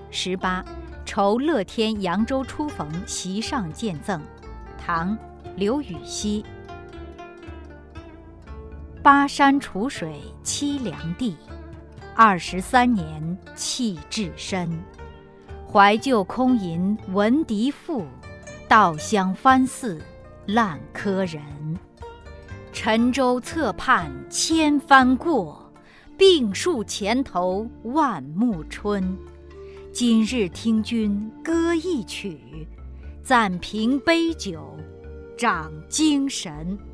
18酬乐天扬州初逢席上见赠，唐·刘禹锡。巴山楚水凄凉地，23年弃置身。怀旧空吟闻笛赋，稻香翻似烂柯人。沉舟侧畔千帆过，病树前头万木春。今日听君歌一曲，暂凭杯酒长精神。